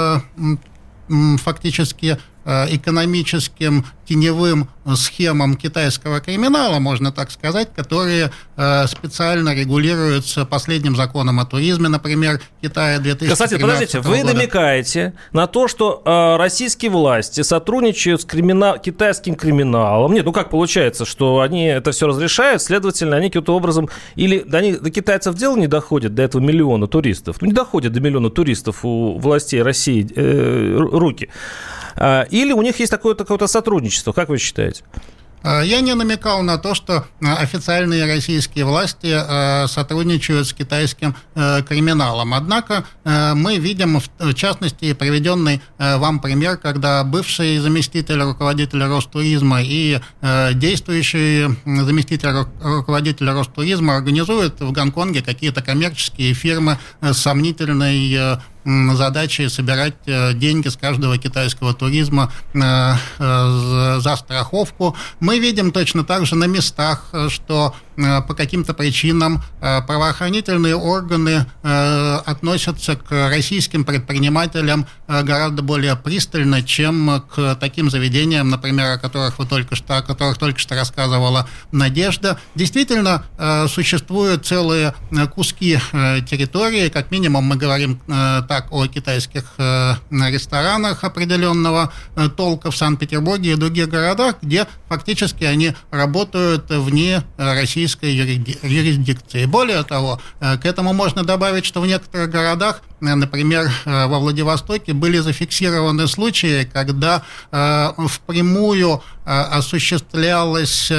фактически экономическим теневым схемам китайского криминала, можно так сказать, которые э, специально регулируются последним законом о туризме, например, Китая две тысячи тринадцатого года. Подождите, вы намекаете на то, что э, российские власти сотрудничают с кримина... китайским криминалом. Нет, ну как получается, что они это все разрешают, следовательно, они каким-то образом... Или до, них, до китайцев дело не доходит, до этого миллиона туристов. Ну, не доходит до миллиона туристов у властей России э, руки. Или у них есть такое-то какое-то сотрудничество, как вы считаете? Я не намекал на то, что официальные российские власти сотрудничают с китайским криминалом. Однако мы видим, в частности, приведенный вам пример, когда бывший заместитель руководителя Ростуризма и действующий заместитель руководителя Ростуризма организуют в Гонконге какие-то коммерческие фирмы с сомнительной задачей собирать деньги с каждого китайского туризма за страховку. Мы видим точно так же на местах, что по каким-то причинам правоохранительные органы относятся к российским предпринимателям гораздо более пристально, чем к таким заведениям, например, о которых вы только что, о которых только что рассказывала Надежда. Действительно, существуют целые куски территории, как минимум мы говорим так о китайских ресторанах определенного толка в Санкт-Петербурге и других городах, где фактически они работают вне российской юрисдикции. Более того, к этому можно добавить, что в некоторых городах, например, во Владивостоке, были зафиксированы случаи, когда впрямую осуществлялась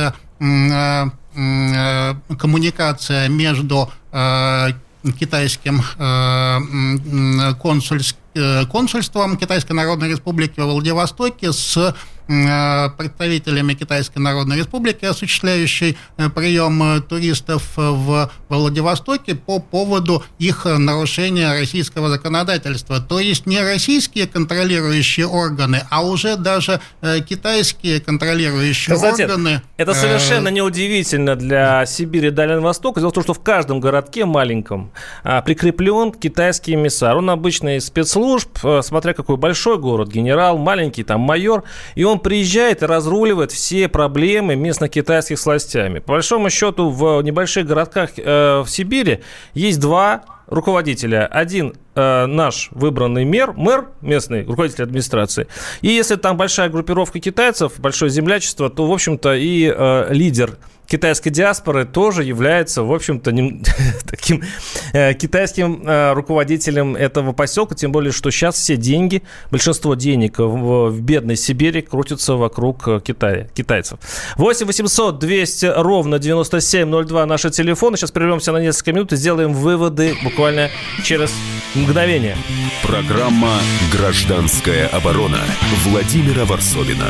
коммуникация между китайским консульским консульством Китайской Народной Республики во Владивостоке, с представителями Китайской Народной Республики, осуществляющей прием туристов в Владивостоке по поводу их нарушения российского законодательства. То есть не российские контролирующие органы, а уже даже китайские контролирующие Константин, органы. Это совершенно неудивительно для Сибири и Дальнего Востока. Дело в том, что в каждом городке маленьком прикреплен китайский эмиссар. Он обычно из спецслужб, смотря какой большой город, генерал, маленький там майор, и он приезжает и разруливает все проблемы местных китайских с властями. По большому счету, в небольших городках э, в Сибири есть два руководителя. Один э, наш выбранный мэр, мэр местный, руководитель администрации. И если там большая группировка китайцев, большое землячество, то, в общем-то, и э, лидер китайской диаспоры тоже является, в общем-то, не, таким э, китайским э, руководителем этого поселка, тем более, что сейчас все деньги, большинство денег в, в бедной Сибири крутятся вокруг Китая, китайцев. восемь восемьсот двести ровно девяносто семь ноль два наши телефоны. Сейчас прервемся на несколько минут и сделаем выводы буквально через мгновение. Программа «Гражданская оборона» Владимира Варсовина.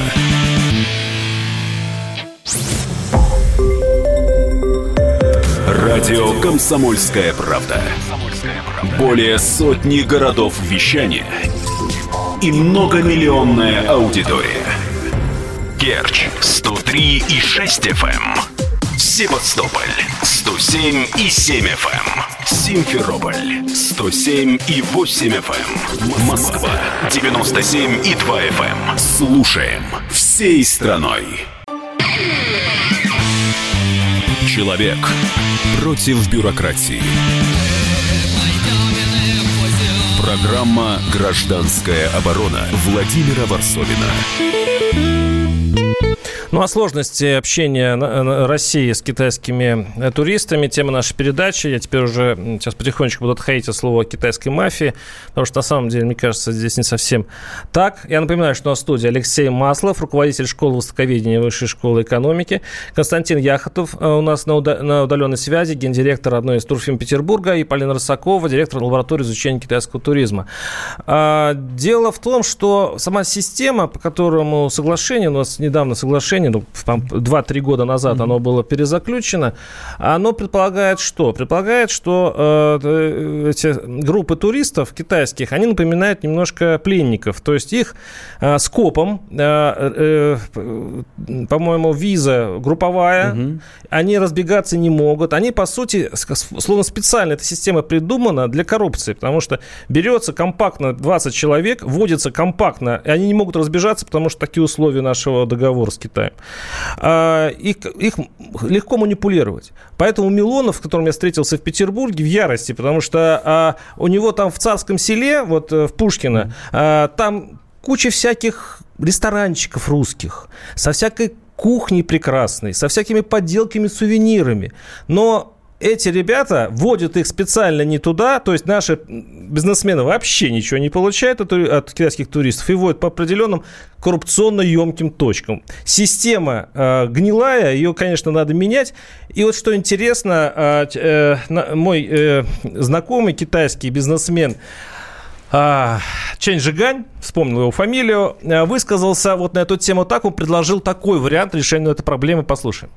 Радио «Комсомольская правда». Более сотни городов вещания и многомиллионная аудитория. Керчь сто три и шесть эф эм, Севастополь сто семь и семь эф эм, Симферополь сто семь и восемь эф эм, Москва девяносто семь и два эф эм. Слушаем всей страной. Человек против бюрократии. Программа «Гражданская оборона» Владимира Варсовина. Ну, о сложности общения России с китайскими туристами. Тема нашей передачи. Я теперь уже сейчас потихонечку буду отходить от слова китайской мафии, потому что, на самом деле, мне кажется, здесь не совсем так. Я напоминаю, что на студии Алексей Маслов, руководитель школы востоковедения Высшей школы экономики, Константин Яхотов у нас на удаленной связи, гендиректор одной из турфирм Петербурга, и Полина Рысакова, директор лаборатории изучения китайского туризма. Дело в том, что сама система, по которому соглашение, у нас недавно соглашение, ну, два-три года назад mm-hmm. оно было перезаключено, оно предполагает что? Предполагает, что э, эти группы туристов китайских, они напоминают немножко пленников, то есть их э, скопом, э, э, по-моему, виза групповая, mm-hmm. они разбегаться не могут, они, по сути, словно специально эта система придумана для коррупции, потому что берется компактно двадцать человек, вводится компактно, и они не могут разбежаться, потому что такие условия нашего договора с Китаем. Их, их легко манипулировать. Поэтому Милонов, с которым я встретился в Петербурге, в ярости, потому что а, у него там в Царском селе, вот в Пушкино, а, там куча всяких ресторанчиков русских, со всякой кухней прекрасной, со всякими подделками, сувенирами. Но эти ребята вводят их специально не туда, то есть наши бизнесмены вообще ничего не получают от, от китайских туристов и вводят по определенным коррупционно-емким точкам. Система э, гнилая, ее, конечно, надо менять. И вот что интересно, э, э, мой э, знакомый китайский бизнесмен э, Чэнь Жигань, вспомнил его фамилию, э, высказался вот на эту тему так, он предложил такой вариант решения этой проблемы. Послушаем.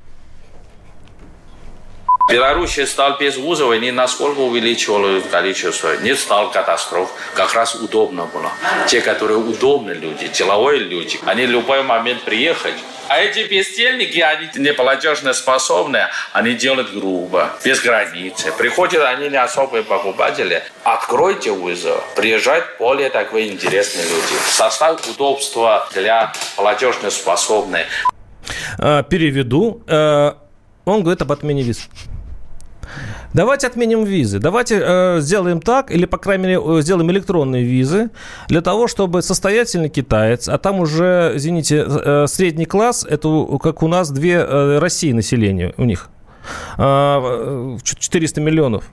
Белоруссия стал без вузов, не насколько увеличивало количество, не стал катастроф, как раз удобно было. Те, которые удобные люди, деловые люди, они в любой момент приехать. А эти бездельники, они не платежеспособные, они делают грубо, без границы. Приходят они не особые покупатели. Откройте вызов, приезжают более такие интересные люди. Состав удобства для платежеспособных. Переведу. Он говорит об отмене виз. Давайте отменим визы, давайте э, сделаем так, или, по крайней мере, сделаем электронные визы, для того, чтобы состоятельный китаец, а там уже, извините, э, средний класс, это как у нас две э, России населения у них, э, четыреста миллионов. Да.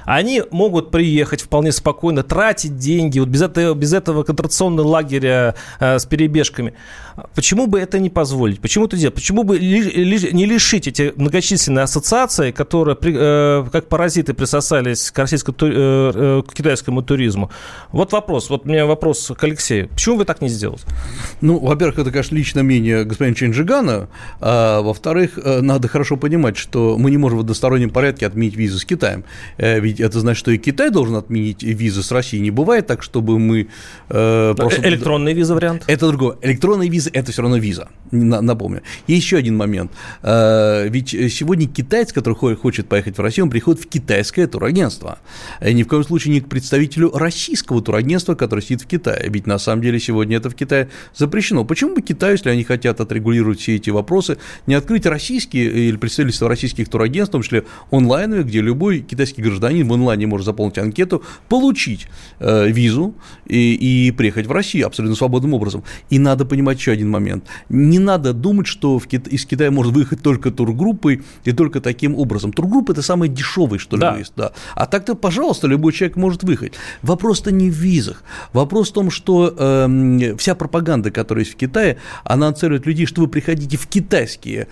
они могут приехать вполне спокойно, тратить деньги, вот без этого, без этого концентрационного лагеря э, с перебежками. Почему бы это не позволить? Почему это делать? Почему бы ли, ли, не лишить эти многочисленные ассоциации, которые э, как паразиты присосались к, российскому, э, к китайскому туризму? Вот вопрос. Вот у меня вопрос к Алексею. Почему вы так не сделали? Ну, во-первых, это, конечно, личное мнение господина Чинджигана. А во-вторых, надо хорошо понимать, что мы не можем в одностороннем порядке отменить визы с Китаем. Ведь это значит, что и Китай должен отменить визы с Россией. Не бывает так, чтобы мы... Э, просто... Электронная виза вариант? Это другое. Электронная виза – это все равно виза, напомню. И еще один момент. Ведь сегодня китаец, который хочет поехать в Россию, он приходит в китайское турагентство. Ни в коем случае не к представителю российского турагентства, который сидит в Китае. Ведь на самом деле сегодня это в Китае запрещено. Почему бы Китаю, если они хотят отрегулировать все эти вопросы, не открыть российские или представительства российских турагентств, в том числе онлайновые, где любой китайский гражданин в онлайне может заполнить анкету, получить э, визу и, и приехать в Россию абсолютно свободным образом. И надо понимать еще один момент. Не надо думать, что в Кита... из Китая может выехать только тургруппой и только таким образом. Тургруппа – это самый дешевый, что ли, да. выезд. Да. А так-то, пожалуйста, любой человек может выехать. Вопрос-то не в визах. Вопрос в том, что э, вся пропаганда, которая есть в Китае, она нацеливает людей, что вы приходите в китайские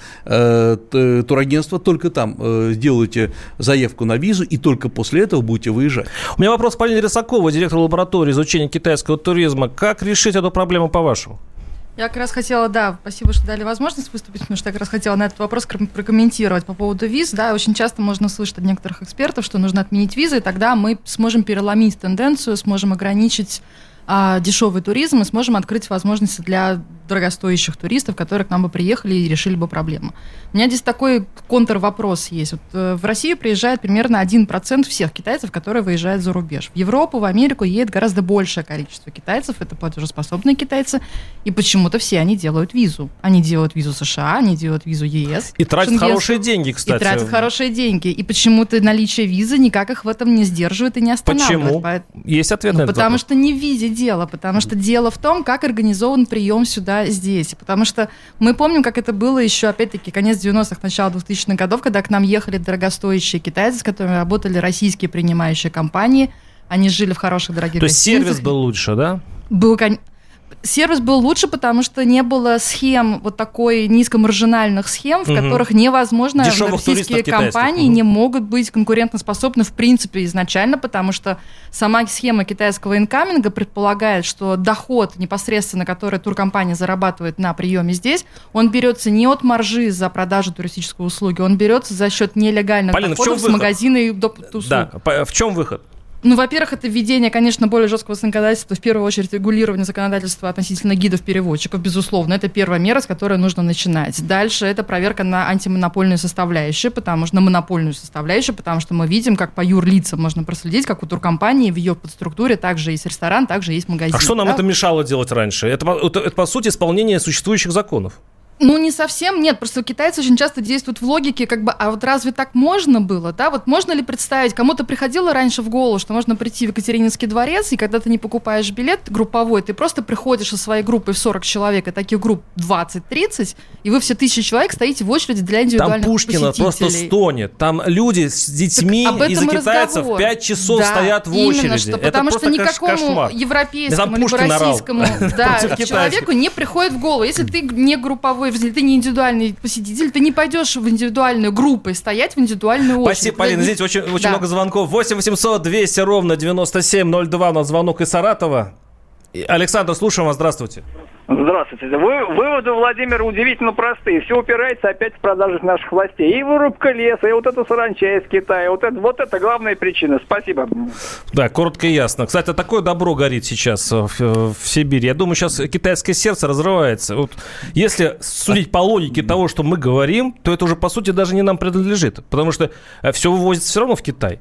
э, турагентства, только там э, сделаете заявку на визу, и только после этого будете выезжать. У меня вопрос к Полине Рисаковой, директору лаборатории изучения китайского туризма. Как решить эту проблему, по-вашему? Я как раз хотела, да, спасибо, что дали возможность выступить, потому что я как раз хотела на этот вопрос прокомментировать по поводу виз. Да, очень часто можно слышать от некоторых экспертов, что нужно отменить визы, и тогда мы сможем переломить тенденцию, сможем ограничить а, дешевый туризм и сможем открыть возможности для дорогостоящих туристов, которые к нам бы приехали и решили бы проблему. У меня здесь такой контрвопрос есть. Вот, э, в Россию приезжает примерно один процент всех китайцев, которые выезжают за рубеж. В Европу, в Америку едет гораздо большее количество китайцев, это платежеспособные китайцы, и почему-то все они делают визу. Они делают визу США, они делают визу ЕС. И тратят хорошие деньги, кстати. И тратят хорошие деньги. И почему-то наличие визы никак их в этом не сдерживает и не останавливает. Почему? Поэтому... Есть ответ ну, на этот Потому вопрос. что не в визе дело, потому что дело в том, как организован прием сюда здесь. Потому что мы помним, как это было еще, опять-таки, конец девяностых, начало двухтысячных годов, когда к нам ехали дорогостоящие китайцы, с которыми работали российские принимающие компании. Они жили в хороших, дорогих То есть гостиницах. сервис был лучше, да? Был, сервис был лучше, потому что не было схем, вот такой низкомаржинальных схем, в угу. которых невозможно, дешевых российские компании угу. не могут быть конкурентоспособны в принципе изначально, потому что сама схема китайского инкаминга предполагает, что доход непосредственно, который туркомпания зарабатывает на приеме здесь, он берется не от маржи за продажу туристической услуги, он берется за счет нелегальных Полина, доходов с магазина и доп. услуг. Да, в чем выход? Ну, во-первых, это введение, конечно, более жесткого законодательства, в первую очередь регулирование законодательства относительно гидов-переводчиков, безусловно. Это первая мера, с которой нужно начинать. Дальше это проверка на антимонопольную составляющую, потому что на монопольную составляющую, потому что мы видим, как по юрлицам можно проследить, как у туркомпании в ее подструктуре также есть ресторан, также есть магазин. А что нам да? это мешало делать раньше? Это, это, это, по сути, исполнение существующих законов. Ну, не совсем, нет, просто китайцы очень часто действуют в логике, как бы, а вот разве так можно было, да, вот можно ли представить, кому-то приходило раньше в голову, что можно прийти в Екатерининский дворец, и когда ты не покупаешь билет групповой, ты просто приходишь со своей группой в сорок человек, и таких групп двадцать-тридцать, и вы все тысячи человек стоите в очереди для индивидуальных там Пушкина посетителей. Просто стонет, там люди с детьми из-за китайцев разговор. пять часов да, стоят в очереди. Именно, что, это потому что никакому кошмар. европейскому либо российскому да, человеку не приходит в голову, если ты не групповой, если ты не индивидуальный посетитель, ты не пойдешь в индивидуальную группу и стоять в индивидуальную очередь. Спасибо, Полина. Здесь очень, очень да. много звонков. восемь восемьсот двести ровно девяносто семь ноль два. У нас звонок из Саратова. Александр, слушаем вас. Здравствуйте. Здравствуйте. Вы, выводы Владимира удивительно простые. Все упирается опять в продажу наших властей. И вырубка леса, и вот это саранча из Китая. Вот это, вот это главная причина. Спасибо. Да, коротко и ясно. Кстати, такое добро горит сейчас в, в Сибири. Я думаю, сейчас китайское сердце разрывается. Вот, если судить по логике того, что мы говорим, то это уже, по сути, даже не нам принадлежит. Потому что все вывозится все равно в Китай.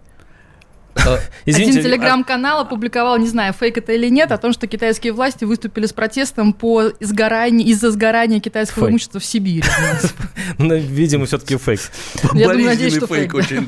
Извините, один телеграм-канал опубликовал, не знаю, фейк это или нет, о том, что китайские власти выступили с протестом по изгоранию, из-за сгорания китайского фейк. имущества в Сибири. Видимо, все-таки фейк. Я думаю, надеюсь, что фейк. очень, да.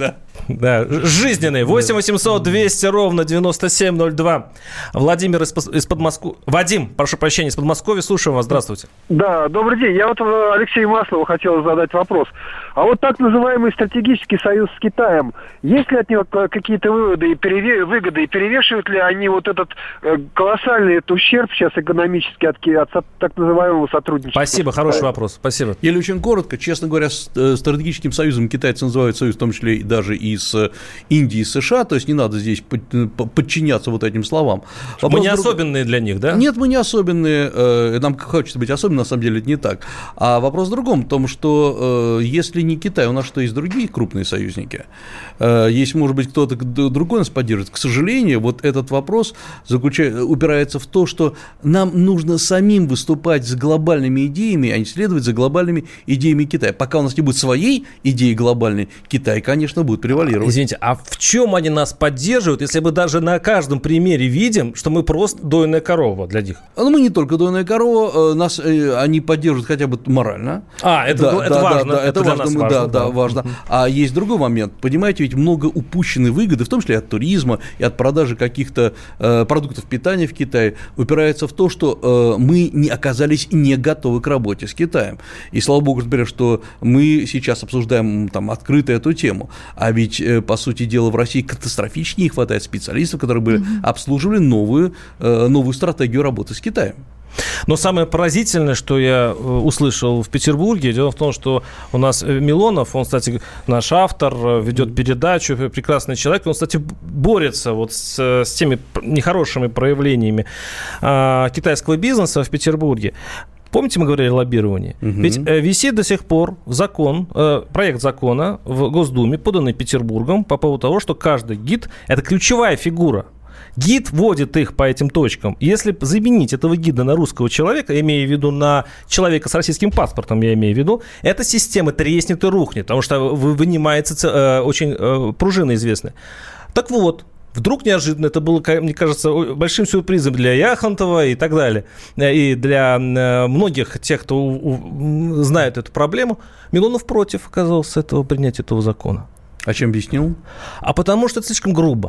Да, жизненный. восемь восемьсот двести ровно девяносто семь ноль два. Владимир из, из Подмосковья. Вадим, прошу прощения, из Подмосковья. Слушаем вас. Здравствуйте. Да, добрый день. Я вот Алексею Маслову хотел задать вопрос. А вот так называемый стратегический союз с Китаем, есть ли от него какие-то выводы и переве... выгоды, и перевешивают ли они вот этот э, колоссальный этот ущерб сейчас экономический от, от так называемого сотрудничества? Спасибо, хороший вопрос. Спасибо. Или очень коротко, честно говоря, с э, стратегическим союзом китайцы называют союз, в том числе даже и с Индией, и США, то есть не надо здесь подчиняться вот этим словам. Вопрос мы не друг... особенные для них, да? Нет, мы не особенные, э, нам хочется быть особенными, на самом деле это не так. А вопрос в другом, в том, что э, если не Китай, у нас что, есть другие крупные союзники? Э, есть, может быть, кто-то другой нас поддержит. К сожалению, вот этот вопрос заключает, упирается в то, что нам нужно самим выступать с глобальными идеями, а не следовать за глобальными идеями Китая. Пока у нас не будет своей идеи глобальной, Китай, конечно, будет превалировать. Извините, а в чем они нас поддерживают, если мы даже на каждом примере видим, что мы просто дойная корова для них? Ну, мы не только дойная корова, нас они поддерживают хотя бы морально. А, это, да, это да, важно. Да, да, это, это важно, важно, да, да, да, важно. Uh-huh. А есть другой момент. Понимаете, ведь много упущенной выгоды, в том числе от туризма и от продажи каких-то э, продуктов питания в Китае, упирается в то, что э, мы не оказались не готовы к работе с Китаем. И слава богу, например, что мы сейчас обсуждаем там открыто эту тему. А ведь, э, по сути дела, в России катастрофически не хватает специалистов, которые бы uh-huh. обслуживали новую, э, новую стратегию работы с Китаем. Но самое поразительное, что я услышал в Петербурге, дело в том, что у нас Милонов, он, кстати, наш автор, ведет передачу, прекрасный человек, он, кстати, борется вот с, с теми нехорошими проявлениями а, китайского бизнеса в Петербурге. Помните, мы говорили о лоббировании? Угу. Ведь э, висит до сих пор закон, э, проект закона в Госдуме, поданный Петербургом, по поводу того, что каждый гид – это ключевая фигура. Гид вводит их по этим точкам. Если заменить этого гида на русского человека, имея в виду на человека с российским паспортом, я имею в виду, эта система треснет и рухнет, потому что вынимается э, очень э, пружина известная. Так вот, вдруг неожиданно, это было, мне кажется, большим сюрпризом для Яхонтова и так далее, и для многих тех, кто знает эту проблему, Милонов против оказался этого принятия этого закона. А чем объяснил? А потому что это слишком грубо.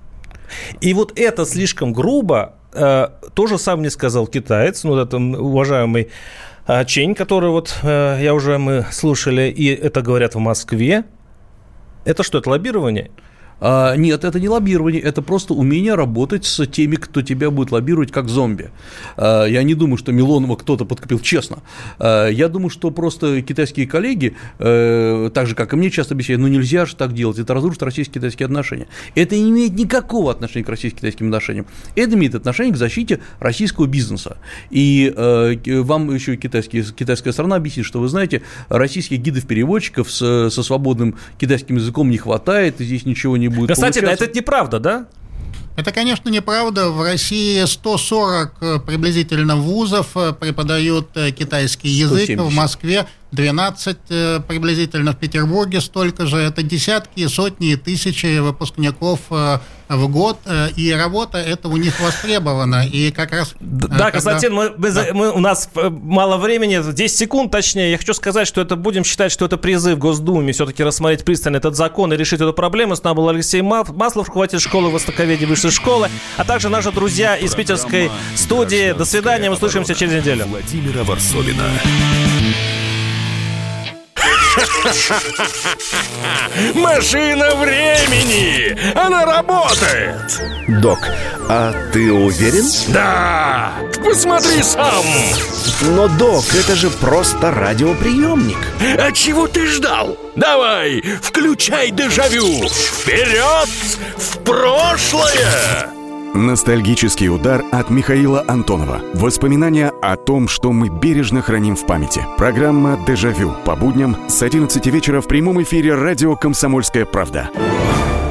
И вот это слишком грубо, э, то же самое мне сказал китаец, ну, это уважаемый э, Чень, который вот э, я уже мы слушали, и это говорят в Москве. Это что, это лоббирование? А, нет, это не лоббирование, это просто умение работать с теми, кто тебя будет лоббировать как зомби. А, я не думаю, что Милонова кто-то подкупил, честно. А, я думаю, что просто китайские коллеги, а, так же, как и мне часто объясняют, ну нельзя же так делать, это разрушит российско-китайские отношения. Это не имеет никакого отношения к российско-китайским отношениям. Это имеет отношение к защите российского бизнеса. И а, вам еще китайская сторона объяснит, что вы знаете, российских гидов-переводчиков с, со свободным китайским языком не хватает, и здесь ничего не будет. Кстати, это неправда, да? Это, конечно, неправда. В России сто сорок приблизительно вузов преподают китайский язык. сто семьдесят. В Москве двенадцать приблизительно, в Петербурге столько же. Это десятки, сотни, тысячи выпускников в год, и работа эта у них востребована. И как раз... Да, когда... Константин, мы, мы, да. мы, у нас мало времени, десять секунд точнее. Я хочу сказать, что это будем считать, что это призыв Госдуме все-таки рассмотреть пристально этот закон и решить эту проблему. С нами был Алексей Маслов, руководитель школы востоковедения высшей школы, а также наши друзья из питерской студии. До свидания, мы услышимся через неделю. Владимира Варсовина. Машина времени! Она работает! Док, а ты уверен? Да! Посмотри сам! Но, док, это же просто радиоприемник. А чего ты ждал? Давай, включай дежавю! Вперед! В прошлое! Ностальгический удар от Михаила Антонова. Воспоминания о том, что мы бережно храним в памяти. Программа «Дежавю» по будням с одиннадцати вечера в прямом эфире радио «Комсомольская правда».